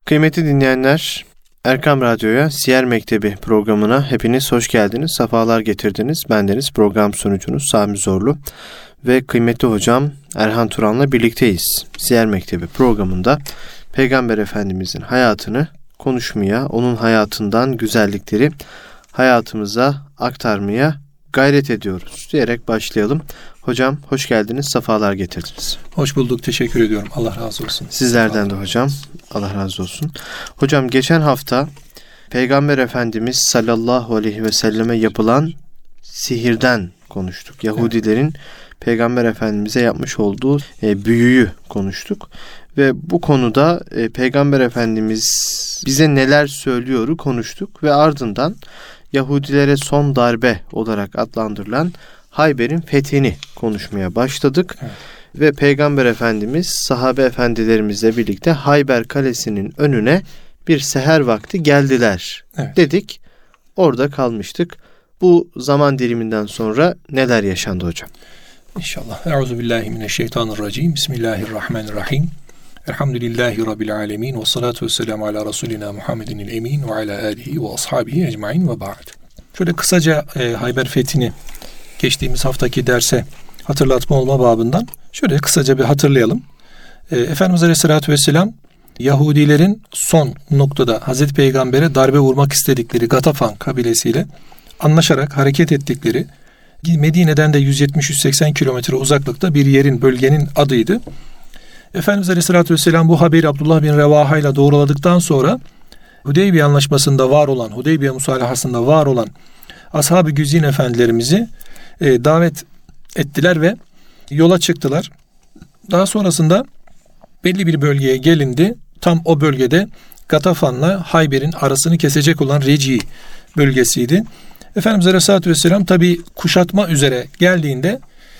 Kıymetli dinleyenler, Erkam Radyo'ya Siyer Mektebi programına hepiniz hoş geldiniz, sefalar getirdiniz. Bendeniz program sunucunuz Sami Zorlu ve kıymetli hocam Erhan Turan'la birlikteyiz. Siyer Mektebi programında Peygamber Efendimizin hayatını konuşmaya, onun hayatından güzellikleri hayatımıza aktarmaya gayret ediyoruz diyerek başlayalım. Hocam hoş geldiniz, sefalar getirdiniz. Hoş bulduk, teşekkür ediyorum. Allah razı olsun. Sizlerden de hocam, Allah razı olsun. Hocam geçen hafta Peygamber Efendimiz sallallahu aleyhi ve selleme yapılan sihirden konuştuk. Yahudilerin Peygamber Efendimiz'e yapmış olduğu büyüyü konuştuk. Ve bu konuda Peygamber Efendimiz bize neler söylüyoru konuştuk ve ardından Yahudilere son darbe olarak adlandırılan Hayber'in fethini konuşmaya başladık. Evet. Ve Peygamber Efendimiz sahabe efendilerimizle birlikte Hayber Kalesi'nin önüne bir seher vakti geldiler dedik. Orada kalmıştık. Bu zaman diliminden sonra neler yaşandı hocam? İnşallah. Euzubillahimineşşeytanirracim. Bismillahirrahmanirrahim. Elhamdülillahi Rabbil alemin. Ve salatu ve selamu ala Resulina Muhammedinil emin ve ala alihi ve ashabihi ecmain ve ba'd. Şöyle kısaca Hayber fethini geçtiğimiz haftaki derse hatırlatma olma babından şöyle kısaca bir hatırlayalım. Efendimiz Aleyhisselatü Vesselam Yahudilerin son noktada Hazreti Peygamber'e darbe vurmak istedikleri Gatafan kabilesiyle anlaşarak hareket ettikleri Medine'den de 170-180 kilometre uzaklıkta bir yerin, bölgenin adıydı. Efendimiz Aleyhisselatü Vesselam bu haberi Abdullah bin Revaha ile doğruladıktan sonra Hudeybiye Anlaşması'nda var olan, Hudeybiye Musalahası'nda var olan Ashab-ı Güzin efendilerimizi davet ettiler ve yola çıktılar. Daha sonrasında belli bir bölgeye gelindi. Tam o bölgede Gatafan'la Hayber'in arasını kesecek olan Reci bölgesiydi. Efendimiz Aleyhisselatü Vesselam tabi kuşatma üzere geldiğinde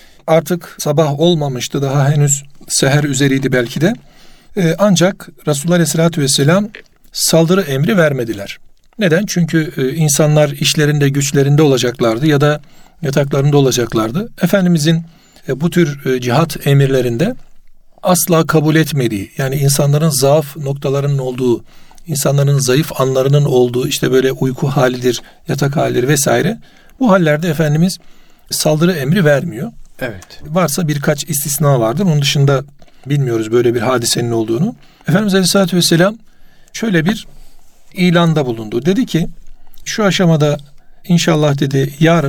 artık sabah olmamıştı. Daha henüz seher üzeriydi belki de. Ancak Resulullah Aleyhisselatü Vesselam saldırı emri vermediler. Neden? Çünkü insanlar işlerinde, güçlerinde olacaklardı ya da yataklarında olacaklardı. Efendimizin bu tür cihat emirlerinde asla kabul etmediği, yani insanların zaaf noktalarının olduğu, insanların zayıf anlarının olduğu, işte böyle uyku halidir, yatak halidir vesaire. Bu hallerde Efendimiz saldırı emri vermiyor. Evet. Varsa birkaç istisna vardır. Onun dışında bilmiyoruz böyle bir hadisenin olduğunu. Efendimiz Aleyhisselatü Vesselam şöyle bir ilanda bulundu. Dedi ki şu aşamada inşallah dedi yarın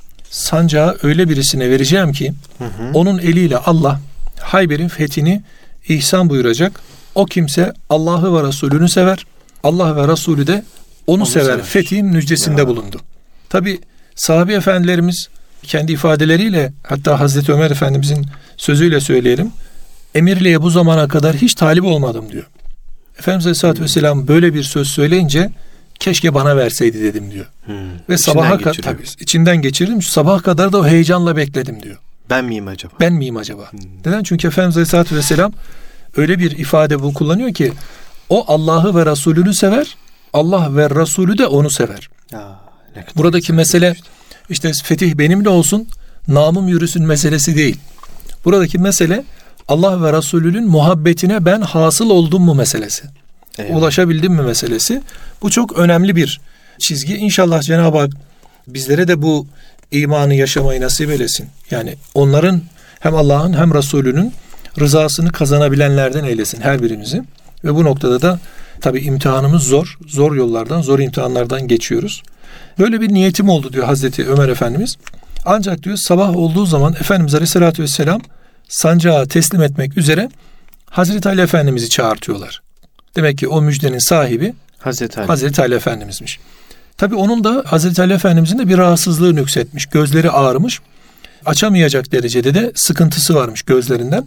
sancağı öyle birisine vereceğim ki onun eliyle Allah Hayber'in fethini ihsan buyuracak. O kimse Allah'ı ve Resulünü sever. Allah ve Resulü de onu sever. Fethin müjdesinde bulundu. Tabi sahabe efendilerimiz kendi ifadeleriyle, hatta Hazreti Ömer Efendimizin sözüyle söyleyelim, emirliğe bu zamana kadar hiç talip olmadım diyor. Efendimiz Aleyhisselatü Vesselam böyle bir söz söyleyince keşke bana verseydi dedim diyor. Ve sabaha kadar içinden geçirdim. Sabaha kadar da o heyecanla bekledim diyor. Ben miyim acaba? Ben miyim acaba? Neden? Çünkü Efendimiz Aleyhisselatü Vesselam öyle bir ifade bu kullanıyor ki o Allah'ı ve Resulünü sever. Allah ve Resulü de onu sever. Buradaki mesele işte fetih benimle olsun, namım yürüsün meselesi değil. Buradaki mesele Allah ve Resulünün muhabbetine ben hasıl oldum mu meselesi. Ulaşabildim mi meselesi. Bu çok önemli bir çizgi. İnşallah Cenab-ı Hak bizlere de bu imanı yaşamayı nasip eylesin. Yani onların hem Allah'ın hem Resulünün rızasını kazanabilenlerden eylesin her birimizi. Ve bu noktada da tabii imtihanımız zor. Zor yollardan, zor imtihanlardan geçiyoruz. Böyle bir niyetim oldu diyor Hazreti Ömer Efendimiz. Ancak diyor sabah olduğu zaman Efendimiz Aleyhisselatü Vesselam sancağı teslim etmek üzere Hazreti Ali Efendimiz'i çağırtıyorlar. Demek ki o müjdenin sahibi Hazreti Ali Efendimiz'miş. Tabii onun da Hazreti Ali Efendimiz'in de bir rahatsızlığı nüksetmiş. Gözleri ağrımış. Açamayacak derecede de sıkıntısı varmış gözlerinden.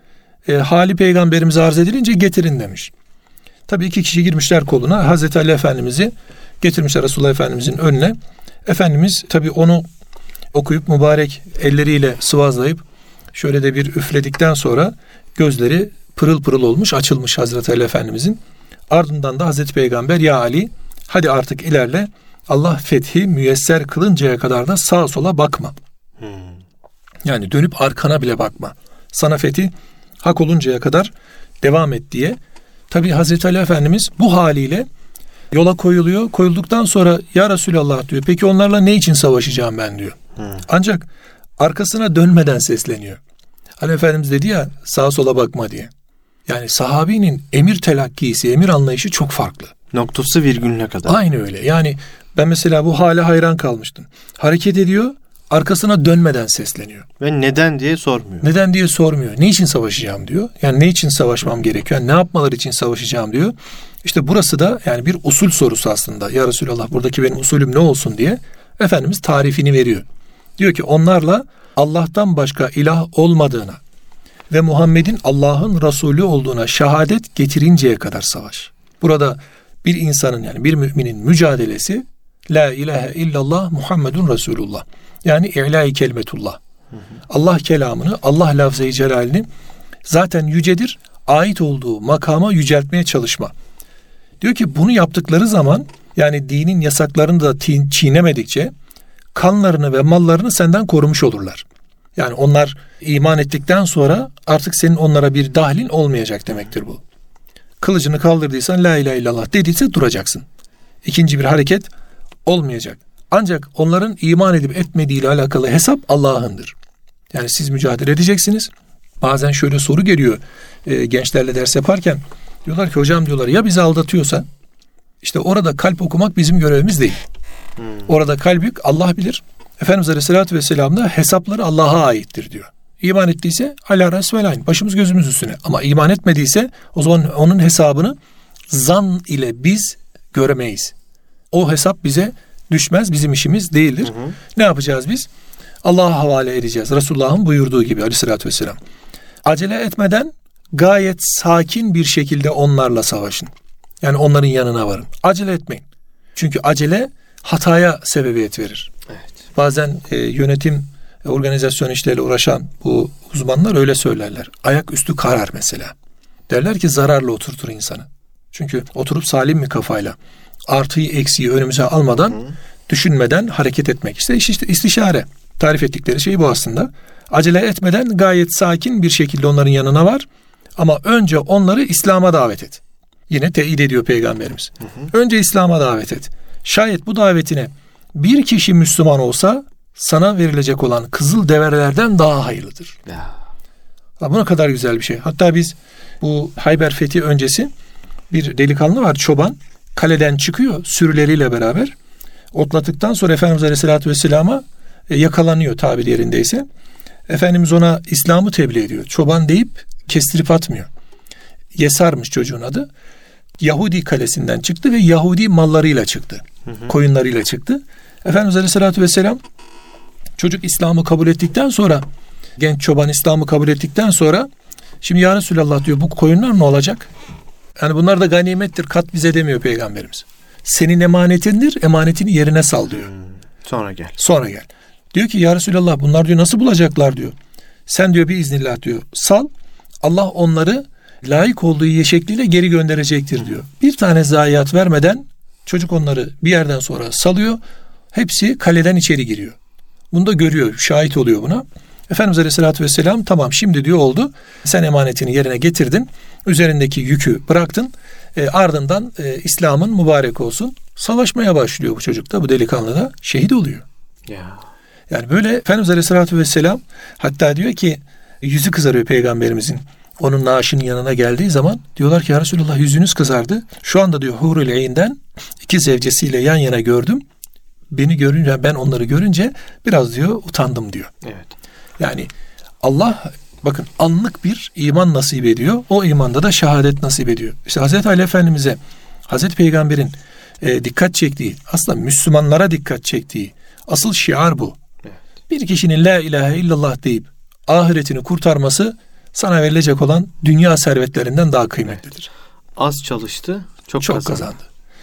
Hali Peygamberimize arz edilince getirin demiş. Tabii 2 kişi girmişler koluna. Hazreti Ali Efendimiz'i getirmişler Resulullah Efendimiz'in önüne. Efendimiz tabii onu okuyup mübarek elleriyle sıvazlayıp şöyle de bir üfledikten sonra gözleri pırıl pırıl olmuş, açılmış Hazreti Ali Efendimiz'in. Ardından da Hazreti Peygamber ya Ali hadi artık ilerle, Allah fethi müyesser kılıncaya kadar da sağa sola bakma. Yani dönüp arkana bile bakma. Sana fethi hak oluncaya kadar devam et diye Tabi Hazreti Ali Efendimiz bu haliyle yola koyuluyor. Koyulduktan sonra ya Resulallah diyor, peki onlarla ne için savaşacağım ben diyor. Ancak arkasına dönmeden sesleniyor. Ali Efendimiz dedi ya, sağa sola bakma diye. Yani sahabinin emir telakkisi, emir anlayışı çok farklı. Noktası virgülüne kadar. Aynı öyle. Yani ben mesela bu hale hayran kalmıştım. Hareket ediyor, arkasına dönmeden sesleniyor. Ve neden diye sormuyor. Neden diye sormuyor. Ne için savaşacağım diyor. Yani ne için savaşmam gerekiyor? Yani ne yapmaları için savaşacağım diyor. İşte burası da yani bir usul sorusu aslında. Ya Resulallah, buradaki benim usulüm ne olsun diye Efendimiz tarifini veriyor. Diyor ki onlarla Allah'tan başka ilah olmadığına ve Muhammed'in Allah'ın Resulü olduğuna şehadet getirinceye kadar savaş. Burada bir insanın, yani bir müminin mücadelesi La ilahe illallah Muhammedun Resulullah. Yani i'la-i kelimetullah. Allah kelamını, Allah lafz-ı celalini zaten yücedir, ait olduğu makama yüceltmeye çalışma. Diyor ki bunu yaptıkları zaman, yani dinin yasaklarını da çiğnemedikçe kanlarını ve mallarını senden korumuş olurlar. Yani onlar iman ettikten sonra artık senin onlara bir dahlin olmayacak demektir bu. Kılıcını kaldırdıysan la ilahe illallah dediyse duracaksın. İkinci bir hareket olmayacak. Ancak onların iman edip etmediğiyle alakalı hesap Allah'ındır. Yani siz mücadele edeceksiniz. Bazen şöyle soru geliyor gençlerle ders yaparken. Diyorlar ki hocam, diyorlar, ya bizi aldatıyorsa? İşte orada kalp okumak bizim görevimiz değil. Orada kalbi Allah bilir. Efendimiz Aleyhisselatü Vesselam da hesapları Allah'a aittir diyor. İman ettiyse ala resvelayn, başımız gözümüz üstüne. Ama iman etmediyse o zaman onun hesabını zan ile biz göremeyiz. O hesap bize düşmez, bizim işimiz değildir. Ne yapacağız biz? Allah'a havale edeceğiz. Resulullah'ın buyurduğu gibi Aleyhisselatü Vesselam. Acele etmeden gayet sakin bir şekilde onlarla savaşın. Yani onların yanına varın. Acele etmeyin. Çünkü acele hataya sebebiyet verir. Evet. Bazen yönetim, organizasyon işleriyle uğraşan bu uzmanlar öyle söylerler. Ayaküstü karar mesela. Derler ki zararla oturtur insanı. Çünkü oturup salim bir kafayla artıyı eksiği önümüze almadan, düşünmeden hareket etmek. İşte istişare. Tarif ettikleri şey bu aslında. Acele etmeden gayet sakin bir şekilde onların yanına var. Ama önce onları İslam'a davet et. Yine teyit ediyor Peygamberimiz. Önce İslam'a davet et. Şayet bu davetine bir kişi Müslüman olsa sana verilecek olan kızıl develerden daha hayırlıdır. Ya. Bu ne kadar güzel bir şey. Hatta biz bu Hayber fethi öncesi bir delikanlı var, çoban. Kaleden çıkıyor sürüleriyle beraber. Otladıktan sonra Efendimiz Aleyhisselatü Vesselam'a yakalanıyor tabiri yerindeyse. Efendimiz ona İslam'ı tebliğ ediyor. Çoban deyip kestirip atmıyor. Yesar'mış çocuğun adı. Yahudi kalesinden çıktı ve Yahudi mallarıyla çıktı. Koyunlarıyla çıktı. Efendimiz Aleyhisselatü Vesselam çocuk İslam'ı kabul ettikten sonra, genç çoban İslam'ı kabul ettikten sonra, şimdi ya Resulallah diyor, bu koyunlar ne olacak? Yani bunlar da ganimettir, kat bize demiyor Peygamberimiz. Senin emanetindir, emanetini yerine sal diyor. Sonra gel. Sonra gel. Diyor ki ya Resulallah, bunlar diyor nasıl bulacaklar diyor. Sen diyor biiznillah diyor sal, Allah onları layık olduğu şekliyle geri gönderecektir diyor. Bir tane zayiat vermeden çocuk onları bir yerden sonra salıyor. Hepsi kaleden içeri giriyor. Bunu da görüyor, şahit oluyor buna. Efendimiz Aleyhisselatü Vesselam tamam şimdi diyor oldu. Sen emanetini yerine getirdin. Üzerindeki yükü bıraktın. Ardından İslam'ın mübarek olsun. Savaşmaya başlıyor bu çocuk da, bu delikanlı da şehit oluyor. Ya. Yani böyle Efendimiz Aleyhisselatü Vesselam hatta diyor ki yüzü kızarıyor Peygamberimizin. Onun naaşının yanına geldiği zaman diyorlar ki ya Resulallah yüzünüz kızardı. Şu anda diyor Hurul Eyn'den 2 zevcesiyle yan yana gördüm. Beni görünce, ben onları görünce biraz diyor utandım diyor. Evet. Yani Allah bakın anlık bir iman nasip ediyor. O imanda da şehadet nasip ediyor. İşte Hazreti Ali Efendimiz'e Hazreti Peygamber'in dikkat çektiği, aslında Müslümanlara dikkat çektiği asıl şiar bu. Evet. Bir kişinin la ilahe illallah deyip ahiretini kurtarması sana verilecek olan dünya servetlerinden daha kıymetlidir. Az çalıştı, çok kazandı.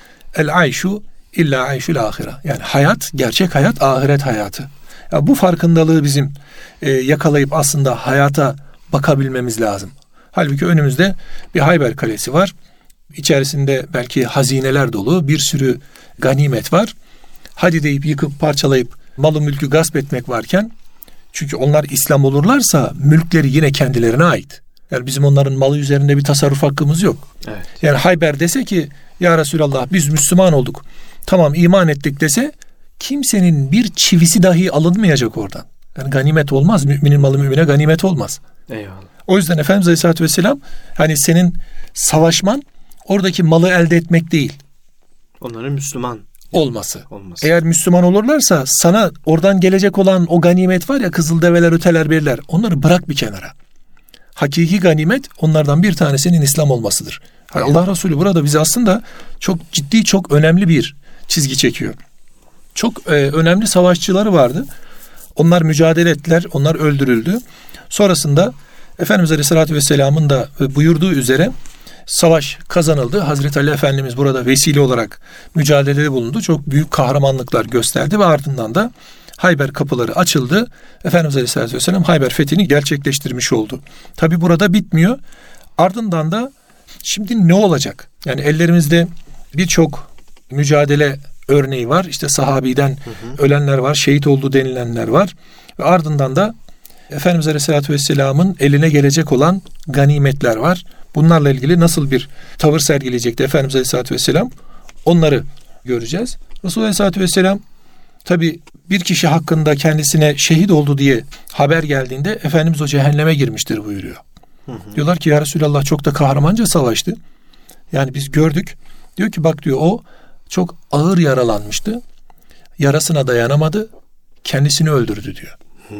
El ayşu illa ayşul ahire. Yani hayat, gerçek hayat, ahiret hayatı. Ya bu farkındalığı bizim yakalayıp aslında hayata bakabilmemiz lazım. Halbuki önümüzde bir Hayber Kalesi var. İçerisinde belki hazineler dolu, bir sürü ganimet var. Hadi deyip yıkıp parçalayıp malı mülkü gasp etmek varken, çünkü onlar İslam olurlarsa mülkleri yine kendilerine ait. Yani bizim onların malı üzerinde bir tasarruf hakkımız yok. Evet. Yani Hayber dese ki ya Resulallah biz Müslüman olduk, tamam iman ettik dese kimsenin bir çivisi dahi alınmayacak oradan. Yani ganimet olmaz. Müminin malı mümine ganimet olmaz. Eyvallah. O yüzden Efendimiz Aleyhisselatü Vesselam hani senin savaşman oradaki malı elde etmek değil. Onların Müslüman Olması. olması. Eğer Müslüman olurlarsa sana oradan gelecek olan o ganimet var ya, kızıl develer, öteler, beriler, onları bırak bir kenara. Hakiki ganimet onlardan bir tanesinin İslam olmasıdır. Yani Allah Resulü burada bize aslında çok ciddi, çok önemli bir çizgi çekiyor. Çok önemli savaşçıları vardı. Onlar mücadele ettiler, onlar öldürüldü. Sonrasında Efendimiz Aleyhisselatü Vesselam'ın da buyurduğu üzere savaş kazanıldı. Hazreti Ali Efendimiz burada vesile olarak mücadelede bulundu. Çok büyük kahramanlıklar gösterdi ve ardından da Hayber kapıları açıldı. Efendimiz Aleyhisselatü Vesselam Hayber fethini gerçekleştirmiş oldu. Tabi burada bitmiyor. Ardından da şimdi ne olacak? Yani ellerimizde birçok mücadele örneği var. İşte sahabiden ölenler var, şehit oldu denilenler var. Ve ardından da Efendimiz Aleyhisselatü Vesselam'ın eline gelecek olan ganimetler var. Bunlarla ilgili nasıl bir tavır sergileyecekti Efendimiz Aleyhisselatü Vesselam? Onları göreceğiz. Resulullah Aleyhisselatü Vesselam tabi bir kişi hakkında kendisine şehit oldu diye haber geldiğinde Efendimiz o cehenneme girmiştir buyuruyor. Diyorlar ki ya Resulallah çok da kahramanca savaştı. Yani biz gördük. Diyor ki bak diyor o çok ağır yaralanmıştı. Yarasına dayanamadı. Kendisini öldürdü diyor.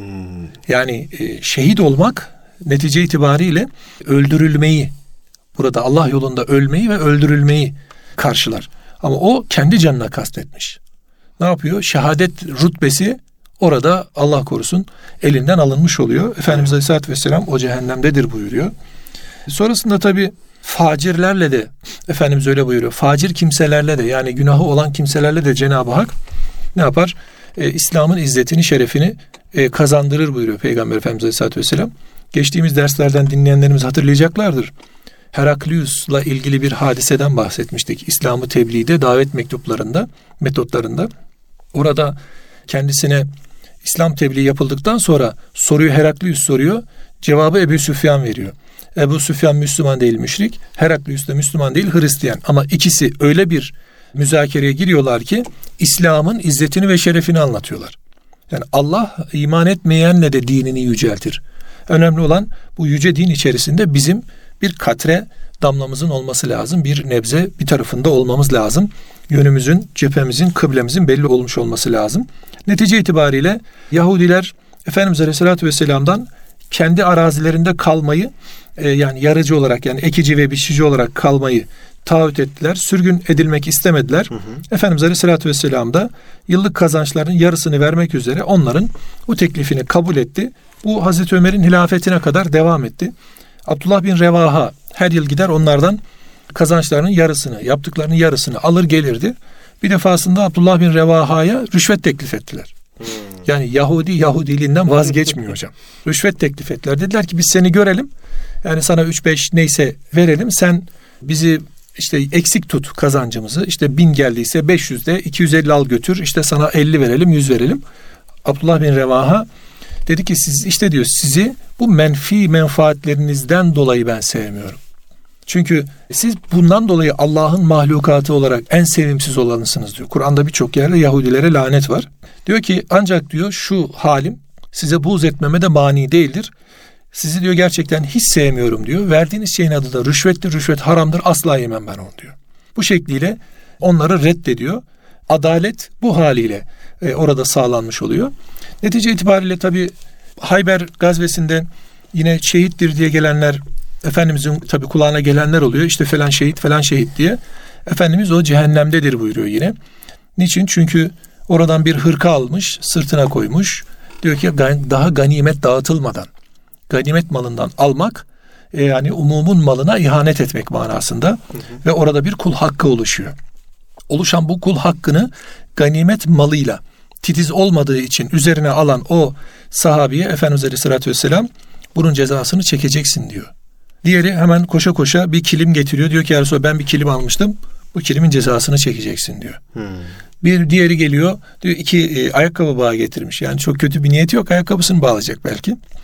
Yani şehit olmak netice itibariyle öldürülmeyi, burada Allah yolunda ölmeyi ve öldürülmeyi karşılar. Ama o kendi canına kastetmiş. Ne yapıyor? Şehadet rütbesi orada Allah korusun elinden alınmış oluyor. Efendimiz Aleyhisselatü Vesselam o cehennemdedir buyuruyor. Sonrasında tabi facirlerle de Efendimiz öyle buyuruyor. Facir kimselerle de, yani günahı olan kimselerle de Cenab-ı Hak ne yapar? İslam'ın izzetini, şerefini kazandırır buyuruyor Peygamber Efendimiz Aleyhisselatü Vesselam. Geçtiğimiz derslerden dinleyenlerimiz hatırlayacaklardır. Heraklius'la ilgili bir hadiseden bahsetmiştik. İslam'ı tebliğde, davet mektuplarında, metotlarında. Orada kendisine İslam tebliği yapıldıktan sonra soruyu Heraklius soruyor. Cevabı Ebu Süfyan veriyor. Ebu Süfyan Müslüman değil, müşrik. Heraklius da Müslüman değil, Hristiyan. Ama ikisi öyle bir müzakereye giriyorlar ki İslam'ın izzetini ve şerefini anlatıyorlar. Yani Allah iman etmeyenle de dinini yüceltir. Önemli olan bu yüce din içerisinde bizim bir katre damlamızın olması lazım. Bir nebze bir tarafında olmamız lazım. Yönümüzün, cephemizin, kıblemizin belli olmuş olması lazım. Netice itibariyle Yahudiler Efendimiz Aleyhisselatü Vesselam'dan kendi arazilerinde kalmayı, yani yarıcı olarak, yani ekici ve biçici olarak kalmayı taahhüt ettiler. Sürgün edilmek istemediler. Efendimiz Aleyhisselatü Vesselam da yıllık kazançların yarısını vermek üzere onların bu teklifini kabul etti. Bu Hazreti Ömer'in hilafetine kadar devam etti. Abdullah bin Revaha her yıl gider onlardan kazançlarının yarısını, yaptıklarının yarısını alır gelirdi. Bir defasında Abdullah bin Revaha'ya rüşvet teklif ettiler. Yani Yahudiliğinden vazgeçmiyor hocam. Rüşvet teklif ettiler. Dediler ki biz seni görelim. Yani sana 3-5 neyse verelim. Sen bizi işte eksik tut kazancımızı. İşte 1000 geldiyse 500'de 250 al götür. İşte sana 50 verelim, 100 verelim. Abdullah bin Revaha dedi ki siz işte diyor sizi bu menfi menfaatlerinizden dolayı ben sevmiyorum. Çünkü siz bundan dolayı Allah'ın mahlukatı olarak en sevimsiz olanısınız diyor. Kur'an'da birçok yerde Yahudilere lanet var. Diyor ki ancak diyor şu halim size buğz etmeme de mani değildir. Sizi diyor gerçekten hiç sevmiyorum diyor. Verdiğiniz şeyin adı da rüşvettir. Rüşvet haramdır. Asla yemem ben onu diyor. Bu şekliyle onları reddediyor. Adalet bu haliyle orada sağlanmış oluyor. Netice itibariyle tabi Hayber gazvesinde yine şehittir diye gelenler, Efendimizin tabi kulağına gelenler oluyor. İşte falan şehit diye. Efendimiz o cehennemdedir buyuruyor yine. Niçin? Çünkü oradan bir hırka almış, sırtına koymuş. Diyor ki daha ganimet dağıtılmadan, ganimet malından almak, yani umumun malına ihanet etmek manasında. Ve orada bir kul hakkı oluşuyor. Oluşan bu kul hakkını ganimet malıyla titiz olmadığı için üzerine alan o sahabiye Efendimiz Aleyhisselatü Vesselam bunun cezasını çekeceksin diyor. Diğeri hemen koşa koşa bir kilim getiriyor. Diyor ki ya Resulallah ben bir kilim almıştım. Bu kilimin cezasını çekeceksin diyor. Bir diğeri geliyor. Diyor 2 ayakkabı bağı getirmiş. Yani çok kötü bir niyeti yok. Ayakkabısını bağlayacak belki.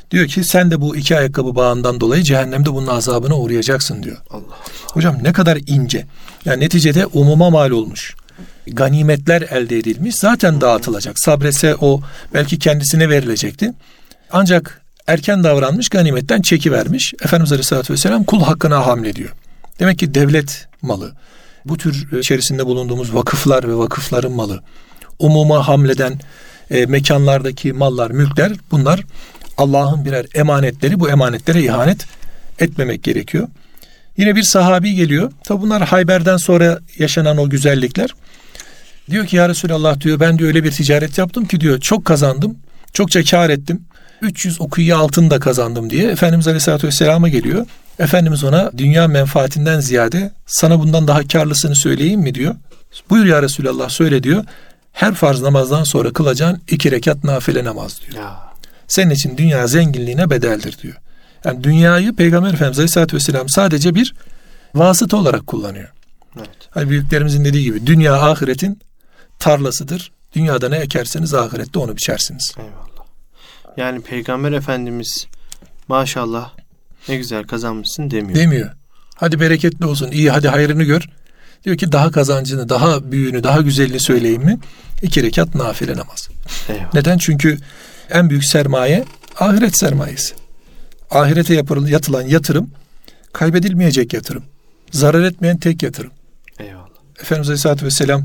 Diyor ki sen de bu iki ayakkabı bağından dolayı cehennemde bunun azabına uğrayacaksın diyor. Allah Allah. Hocam ne kadar ince. Yani neticede umuma mal olmuş. Ganimetler elde edilmiş. Zaten dağıtılacak. Sabretse o belki kendisine verilecekti. Ancak erken davranmış, ganimetten çekivermiş. Efendimiz Aleyhisselatü Vesselam kul hakkına hamlediyor. Demek ki devlet malı, bu tür içerisinde bulunduğumuz vakıflar ve vakıfların malı, umuma hamleden mekanlardaki mallar, mülkler, bunlar Allah'ın birer emanetleri. Bu emanetlere ihanet etmemek gerekiyor. Yine bir sahabi geliyor. Tabi bunlar Hayber'den sonra yaşanan o güzellikler. Diyor ki ya Resulallah diyor, ben diyor öyle bir ticaret yaptım ki diyor çok kazandım. Çokça kâr ettim. 300 ukiye altın da kazandım diye Efendimiz Aleyhisselatü Vesselam'a geliyor. Efendimiz ona dünya menfaatinden ziyade sana bundan daha kârlısını söyleyeyim mi diyor. Buyur ya Resulallah söyle diyor. Her farz namazdan sonra kılacağın 2 rekat nafile namaz diyor. Ya. Senin için dünya zenginliğine bedeldir diyor. Yani dünyayı Peygamber Efendimiz Aleyhisselatü Vesselam sadece bir vasıta olarak kullanıyor. Evet. Hani büyüklerimizin dediği gibi dünya ahiretin tarlasıdır. Dünyada ne ekerseniz ahirette onu biçersiniz. Eyvallah. Yani Peygamber Efendimiz maşallah ne güzel kazanmışsın demiyor. Demiyor. Hadi bereketli olsun, iyi, hadi hayrını gör. Diyor ki daha kazancını, daha büyüğünü, daha güzelini söyleyeyim mi? 2 rekat nafile namaz. Eyvallah. Neden? Çünkü en büyük sermaye ahiret sermayesi. Ahirete yatılan yatırım kaybedilmeyecek yatırım. Zarar etmeyen tek yatırım. Eyvallah. Efendimiz Aleyhisselatü Vesselam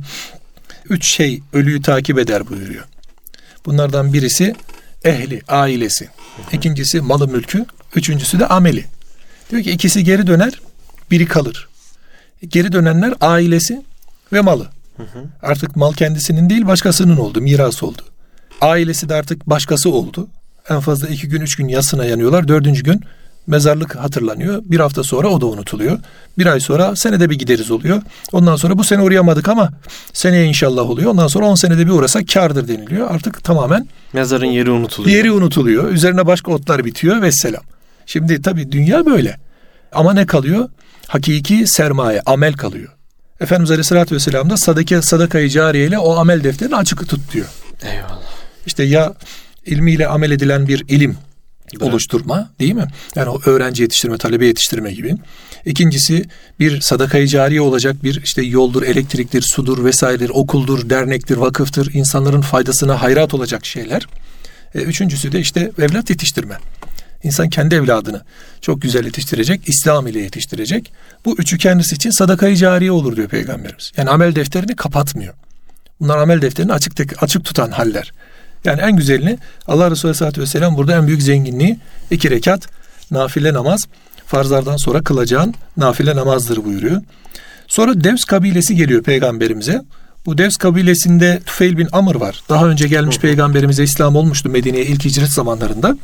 3 şey ölüyü takip eder buyuruyor. Bunlardan birisi ehli, ailesi. İkincisi malı mülkü. Üçüncüsü de ameli. Diyor ki ikisi geri döner, biri kalır. Geri dönenler ailesi ve malı. Artık mal kendisinin değil başkasının oldu, miras oldu. Ailesi de artık başkası oldu. En fazla 2 gün 3 gün yasına yanıyorlar. 4. gün mezarlık hatırlanıyor. 1 hafta sonra o da unutuluyor. 1 ay sonra senede bir gideriz oluyor. Ondan sonra bu sene uğrayamadık ama seneye inşallah oluyor. Ondan sonra 10 senede bir uğrasak kârdır deniliyor. Artık tamamen mezarın yeri unutuluyor. Yeri unutuluyor. Üzerine başka otlar bitiyor vesselam. Şimdi tabii dünya böyle. Ama ne kalıyor? Hakiki sermaye, amel kalıyor. Efendimiz Aleyhisselatü Vesselam da sadaka-i cariyeyle o amel defterini açık tut diyor. Eyvallah. İşte ya ilmiyle amel edilen bir ilim oluşturma, değil mi? Yani o öğrenci yetiştirme, talebe yetiştirme gibi. İkincisi bir sadaka-i cariye olacak bir işte yoldur, elektriktir, sudur vesairedir, okuldur, dernektir, vakıftır, insanların faydasına hayrat olacak şeyler. Üçüncüsü de işte evlat yetiştirme. İnsan kendi evladını çok güzel yetiştirecek, İslam ile yetiştirecek. Bu üçü kendisi için sadaka-i cariye olur diyor Peygamberimiz. Yani amel defterini kapatmıyor. Bunlar amel defterini açık tutan haller. Yani en güzelini Allah Resulü Aleyhisselatü Vesselam burada en büyük zenginliği 2 rekat nafile namaz, farzlardan sonra kılacağın nafile namazdır buyuruyor. Sonra Devs kabilesi geliyor Peygamberimize. Bu Devs kabilesinde Tufeyl bin Amr var. Daha önce gelmiş Peygamberimize İslam olmuştu Medine'ye ilk hicret zamanlarında.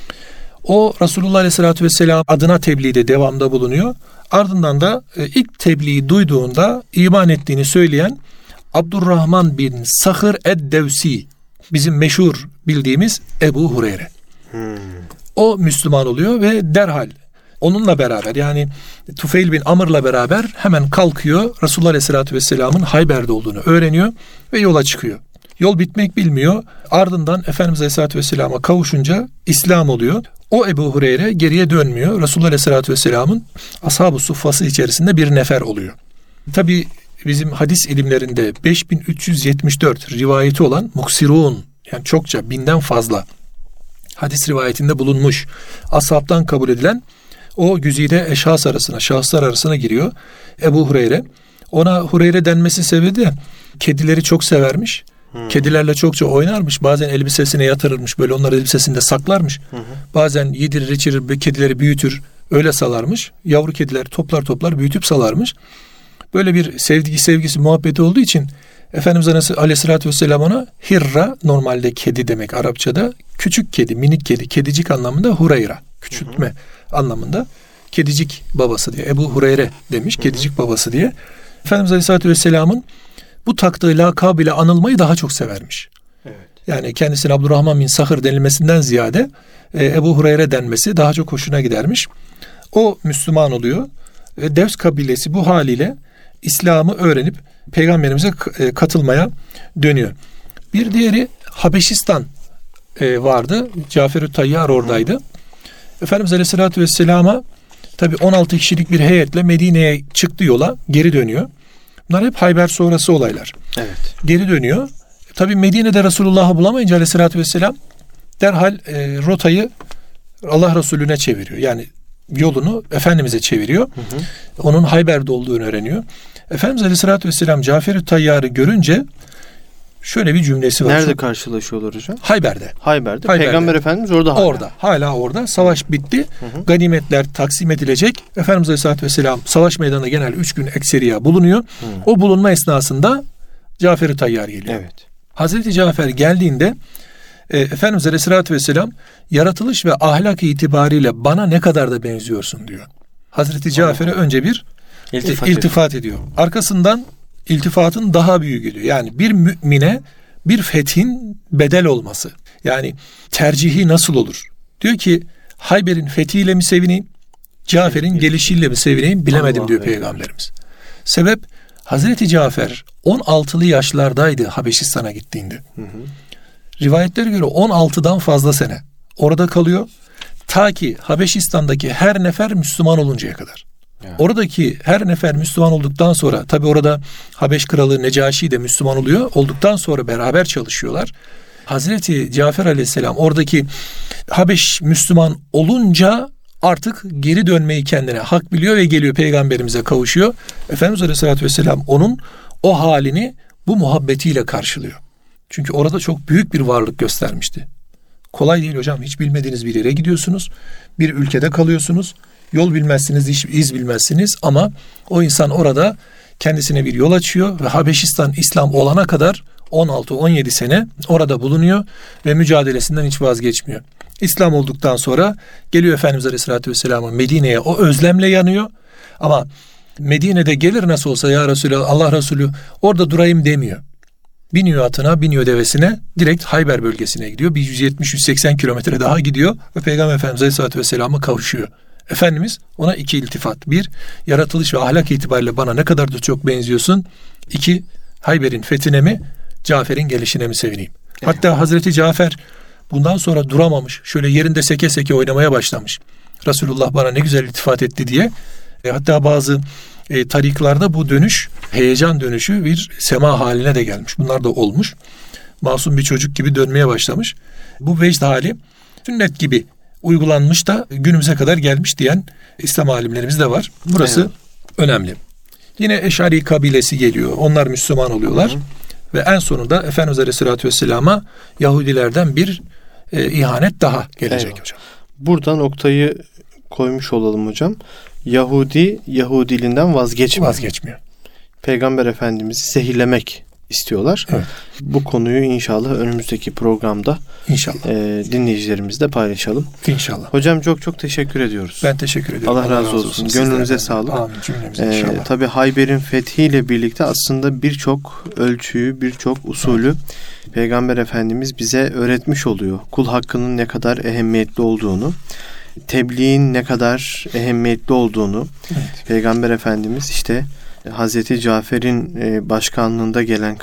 O Resulullah Aleyhisselatü Vesselam adına tebliğde devamda bulunuyor. Ardından da ilk tebliği duyduğunda iman ettiğini söyleyen Abdurrahman bin Sahır ed-Devsi, bizim meşhur bildiğimiz Ebu Hureyre. O Müslüman oluyor ve derhal onunla beraber, yani Tufeyl bin Amr'la beraber hemen kalkıyor. Resulullah Aleyhisselatü Vesselam'ın Hayber'de olduğunu öğreniyor ve yola çıkıyor. Yol bitmek bilmiyor. Ardından Efendimiz Aleyhisselatü Vesselam'a kavuşunca İslam oluyor. O Ebu Hureyre geriye dönmüyor. Resulullah Aleyhisselatü Vesselam'ın ashab-ı suffası içerisinde bir nefer oluyor. Tabi bizim hadis ilimlerinde 5374 rivayeti olan muksirun, yani çokça 1000'den fazla hadis rivayetinde bulunmuş, ashabtan kabul edilen o güzide eşhas arasına, şahıslar arasına giriyor Ebu Hureyre. Ona Hureyre denmesi sebebi de kedileri çok severmiş. Kedilerle çokça oynarmış. Bazen elbisesine yatırırmış. Böyle onları elbisesinde saklarmış. Bazen yedirir içirir, kedileri büyütür. Öyle salarmış. Yavru kediler toplar büyütüp salarmış. Böyle bir sevgisi, muhabbeti olduğu için Efendimiz Aleyhisselatü Vesselam ona Hirra, normalde kedi demek Arapçada. Küçük kedi, minik kedi, kedicik anlamında Hureyra. Küçültme anlamında. Kedicik babası diye. Ebu Hureyre demiş. Kedicik babası diye. Efendimiz Aleyhisselatü Vesselam'ın bu taktığı lakabıyla anılmayı daha çok severmiş. Evet. Yani kendisine Abdurrahman bin Sahır denilmesinden ziyade Ebu Hureyre denmesi daha çok hoşuna gidermiş. O Müslüman oluyor. Devs kabilesi bu haliyle İslam'ı öğrenip Peygamberimize katılmaya dönüyor. Bir diğeri Habeşistan vardı. Cafer-ü Tayyar oradaydı. Efendimiz Aleyhisselatü Vesselam'a tabi 16 kişilik bir heyetle Medine'ye çıktı, yola geri dönüyor. Bunlar hep Hayber sonrası olaylar. Evet. Geri dönüyor. Tabi Medine'de Resulullah'ı bulamayınca Aleyhisselatü Vesselam derhal rotayı Allah Resulüne çeviriyor. Yani yolunu Efendimiz'e çeviriyor. Onun Hayber'de olduğunu öğreniyor. Efendimiz Aleyhisselatü Vesselam Cafer-i Tayyar'ı görünce şöyle bir cümlesi var. Nerede karşılaşıyorlar hocam? Hayber'de. Hayber'de. Peygamber Efendimiz orada hala. Orada. Hala orada. Savaş bitti. Ganimetler taksim edilecek. Efendimiz Aleyhisselatü Vesselam savaş meydanında genel 3 gün ekseriya bulunuyor. O bulunma esnasında Cafer-i Tayyar geliyor. Evet. Hazreti Cafer geldiğinde Efendimiz Aleyhisselatü Vesselam yaratılış ve ahlak itibariyle bana ne kadar da benziyorsun diyor. Hazreti Cafer'e önce bir iltifat ediyor. Arkasından iltifatın daha büyüğü geliyor. Yani bir mümine bir fethin bedel olması. Yani tercihi nasıl olur? Diyor ki Hayber'in fethiyle mi sevineyim? Cafer'in gelişiyle mi sevineyim? Bilemedim Allah diyor Allah. Peygamberimiz. Sebep Hazreti Cafer 16'lı yaşlardaydı Habeşistan'a gittiğinde. Rivayetlere göre 16'dan fazla sene orada kalıyor. Ta ki Habeşistan'daki her nefer Müslüman oluncaya kadar. Yani. Oradaki her nefer Müslüman olduktan sonra, tabi orada Habeş kralı Necaşi de Müslüman oluyor. Olduktan sonra beraber çalışıyorlar. Hazreti Cafer Aleyhisselam oradaki Habeş Müslüman olunca artık geri dönmeyi kendine hak biliyor ve geliyor Peygamberimize kavuşuyor. Efendimiz Aleyhisselatü Vesselam onun o halini bu muhabbetiyle karşılıyor. Çünkü orada çok büyük bir varlık göstermişti. Kolay değil hocam. Hiç bilmediğiniz bir yere gidiyorsunuz. Bir ülkede kalıyorsunuz. Yol bilmezsiniz, iz bilmezsiniz ama o insan orada kendisine bir yol açıyor ve Habeşistan İslam olana kadar 16-17 sene orada bulunuyor ve mücadelesinden hiç vazgeçmiyor. İslam olduktan sonra geliyor Efendimiz Aleyhisselatü Vesselam'a Medine'ye, o özlemle yanıyor ama Medine'de gelir nasıl olsa ya Resulallah, Allah Resulü orada durayım demiyor. Biniyor atına, biniyor devesine, direkt Hayber bölgesine gidiyor. Bir 170-180 kilometre daha gidiyor ve Peygamber Efendimiz Aleyhisselatü Vesselam'a kavuşuyor. Efendimiz ona 2 iltifat. 1, yaratılış ve ahlak itibariyle bana ne kadar da çok benziyorsun. 2, Hayber'in fethine mi, Cafer'in gelişine mi sevineyim? Hatta Hazreti Cafer bundan sonra duramamış. Şöyle yerinde seke seke oynamaya başlamış. Resulullah bana ne güzel iltifat etti diye. Hatta bazı tariklarda bu dönüş, heyecan dönüşü bir sema haline de gelmiş. Bunlar da olmuş. Masum bir çocuk gibi dönmeye başlamış. Bu vecd hali sünnet gibi uygulanmış da günümüze kadar gelmiş diyen İslam alimlerimiz de var. Burası önemli. Yine Eşari kabilesi geliyor. Onlar Müslüman oluyorlar. Ve en sonunda Efendimiz Aleyhisselatü Vesselam'a Yahudilerden bir ihanet daha gelecek hocam. Burada noktayı koymuş olalım hocam. Yahudi Yahudiliğinden vazgeçmiyor. Peygamber Efendimiz'i zehirlemek istiyorlar. Evet. Bu konuyu inşallah önümüzdeki programda dinleyicilerimizle paylaşalım. İnşallah. Hocam çok teşekkür ediyoruz. Ben teşekkür ediyorum. Allah razı olsun. Gönlünüze sağlık. Amin cümlemize inşallah. Tabii Hayber'in fethiyle birlikte aslında birçok ölçüyü, birçok usulü Peygamber Efendimiz bize öğretmiş oluyor. Kul hakkının ne kadar ehemmiyetli olduğunu, tebliğin ne kadar ehemmiyetli olduğunu, Peygamber Efendimiz işte Hazreti Cafer'in başkanlığında gelen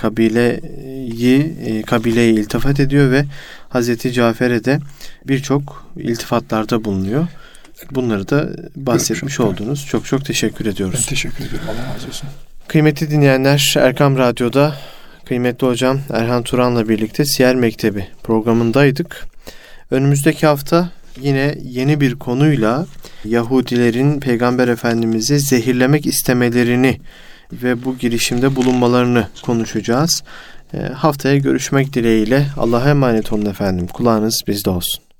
kabileye iltifat ediyor ve Hazreti Cafer'e de birçok iltifatlarda bulunuyor. Bunları da bahsetmiş oldunuz. Çok teşekkür ediyoruz. Ben teşekkür ediyorum. Allah razı olsun. Kıymetli dinleyenler, Erkam Radyo'da kıymetli hocam Erhan Turan'la birlikte Siyer Mektebi programındaydık. Önümüzdeki hafta yine yeni bir konuyla Yahudilerin Peygamber Efendimiz'i zehirlemek istemelerini ve bu girişimde bulunmalarını konuşacağız. Haftaya görüşmek dileğiyle Allah'a emanet olun efendim. Kulağınız bizde olsun.